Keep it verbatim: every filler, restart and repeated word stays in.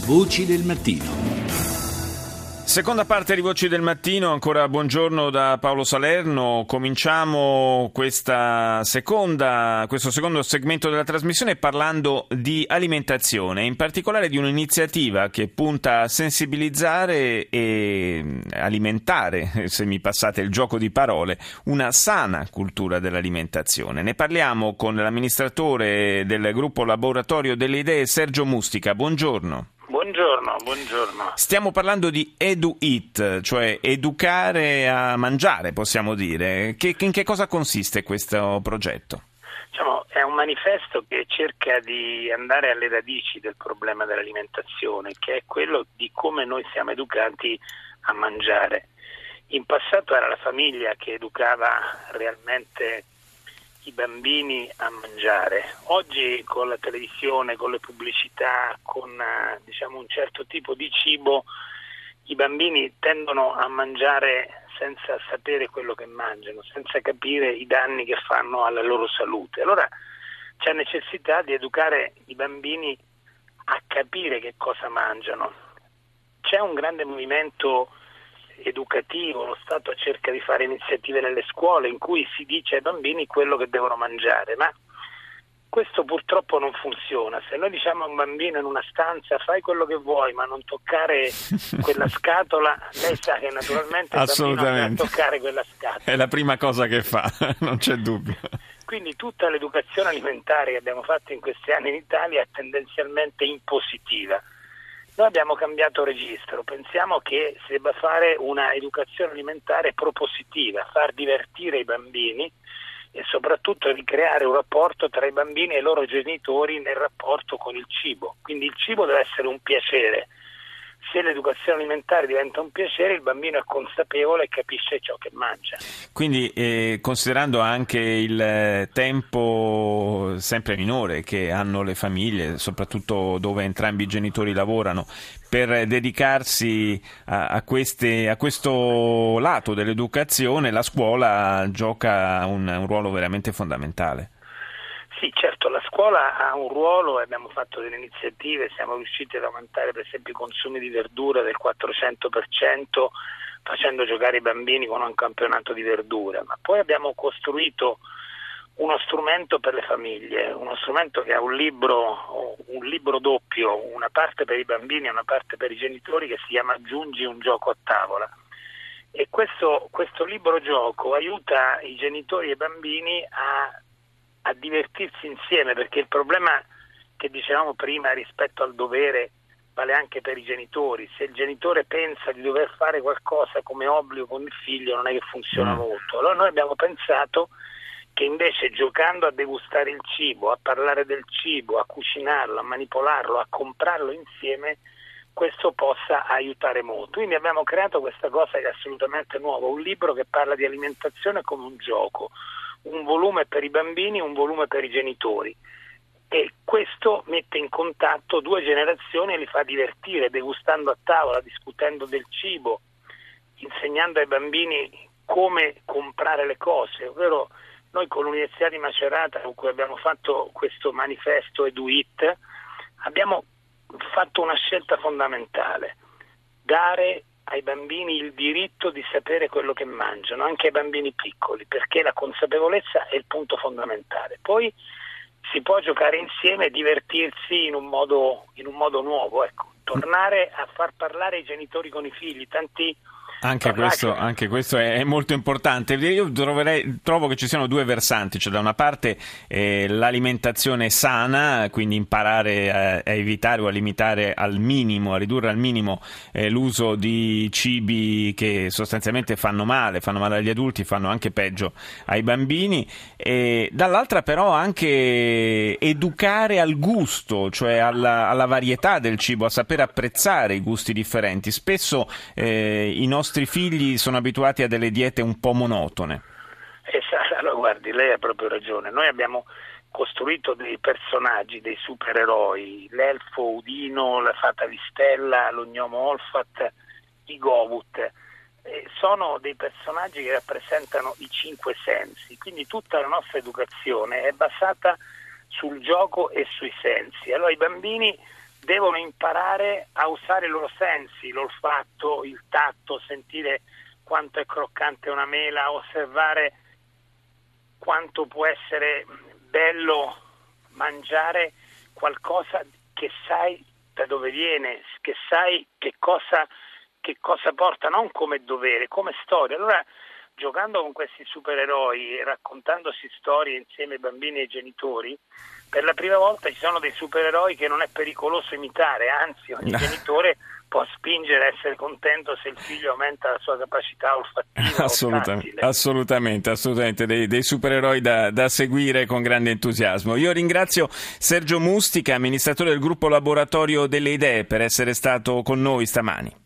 Voci del mattino. Seconda parte di Voci del Mattino, ancora buongiorno da Paolo Salerno. Cominciamo questa seconda, questo secondo segmento della trasmissione parlando di alimentazione, in particolare di un'iniziativa che punta a sensibilizzare e alimentare, se mi passate il gioco di parole, una sana cultura dell'alimentazione. Ne parliamo con l'amministratore del gruppo Laboratorio delle Idee, Sergio Mustica. Buongiorno. Buongiorno, buongiorno. Stiamo parlando di EduEat, cioè educare a mangiare, possiamo dire. Che, in che cosa consiste questo progetto? Diciamo, è un manifesto che cerca di andare alle radici del problema dell'alimentazione, che è quello di come noi siamo educati a mangiare. In passato era la famiglia che educava realmente i bambini a mangiare. Oggi con la televisione, con le pubblicità, con diciamo un certo tipo di cibo, i bambini tendono a mangiare senza sapere quello che mangiano, senza capire i danni che fanno alla loro salute. Allora c'è necessità di educare i bambini a capire che cosa mangiano. C'è un grande movimento educativo, lo Stato cerca di fare iniziative nelle scuole in cui si dice ai bambini quello che devono mangiare, ma questo purtroppo non funziona. Se noi diciamo a un bambino in una stanza fai quello che vuoi ma non toccare quella scatola, lei sa che naturalmente il bambino non va a toccare quella scatola. È la prima cosa che fa, non c'è dubbio. Quindi tutta l'educazione alimentare che abbiamo fatto in questi anni in Italia è tendenzialmente impositiva. Noi abbiamo cambiato registro, pensiamo che si debba fare una educazione alimentare propositiva, far divertire i bambini e soprattutto ricreare un rapporto tra i bambini e i loro genitori nel rapporto con il cibo. Quindi il cibo deve essere un piacere. Se l'educazione alimentare diventa un piacere, il bambino è consapevole e capisce ciò che mangia. Quindi, eh, considerando anche il tempo sempre minore che hanno le famiglie, soprattutto dove entrambi i genitori lavorano, per dedicarsi a, a, queste, a questo lato dell'educazione, la scuola gioca un, un ruolo veramente fondamentale. Sì, certo, la scuola ha un ruolo e abbiamo fatto delle iniziative, siamo riusciti ad aumentare per esempio i consumi di verdura del quattrocento per cento facendo giocare i bambini con un campionato di verdura, ma poi abbiamo costruito uno strumento per le famiglie, uno strumento che ha un libro, un libro doppio, una parte per i bambini e una parte per i genitori, che si chiama Aggiungi un gioco a tavola. E questo, questo libro gioco aiuta i genitori e i bambini a a divertirsi insieme, perché il problema che dicevamo prima rispetto al dovere vale anche per i genitori. Se il genitore pensa di dover fare qualcosa come obbligo con il figlio, non è che funziona mm. molto. Allora noi abbiamo pensato che invece giocando a degustare il cibo, a parlare del cibo, a cucinarlo, a manipolarlo, a comprarlo insieme, questo possa aiutare molto. Quindi abbiamo creato questa cosa che è assolutamente nuova, un libro che parla di alimentazione come un gioco, un volume per i bambini, un volume per i genitori, e questo mette in contatto due generazioni e li fa divertire, degustando a tavola, discutendo del cibo, insegnando ai bambini come comprare le cose. Ovvero noi con l'Università di Macerata, con cui abbiamo fatto questo manifesto EduEat, abbiamo fatto una scelta fondamentale: dare ai bambini il diritto di sapere quello che mangiano, anche ai bambini piccoli, perché la consapevolezza è il punto fondamentale. Poi si può giocare insieme e divertirsi in un modo, in un modo nuovo, ecco, tornare a far parlare i genitori con i figli. Tanti Anche questo, anche questo è, è molto importante. Io troverei, trovo che ci siano due versanti, cioè da una parte eh, l'alimentazione sana, quindi imparare a, a evitare o a limitare al minimo, a ridurre al minimo eh, l'uso di cibi che sostanzialmente fanno male, fanno male agli adulti, fanno anche peggio ai bambini, e dall'altra però anche educare al gusto, cioè alla, alla varietà del cibo, a saper apprezzare i gusti differenti. Spesso eh, i nostri I nostri figli sono abituati a delle diete un po' monotone. Esatto, allora guardi, lei ha proprio ragione. Noi abbiamo costruito dei personaggi, dei supereroi, l'elfo Udino, la fata Vistella, lo gnomo Olfat, i Govut. Eh, sono dei personaggi che rappresentano i cinque sensi, quindi tutta la nostra educazione è basata sul gioco e sui sensi. Allora i bambini devono imparare a usare i loro sensi, l'olfatto, il tatto, sentire quanto è croccante una mela, osservare quanto può essere bello mangiare qualcosa che sai da dove viene, che sai che cosa, che cosa porta, non come dovere, come storia. Allora, giocando con questi supereroi e raccontandosi storie insieme ai bambini e ai genitori, per la prima volta ci sono dei supereroi che non è pericoloso imitare, anzi ogni genitore può spingere a essere contento se il figlio aumenta la sua capacità olfattiva. Assolutamente, assolutamente, assolutamente dei, dei supereroi da, da seguire con grande entusiasmo. Io ringrazio Sergio Mustica, amministratore del gruppo Laboratorio delle Idee, per essere stato con noi stamani.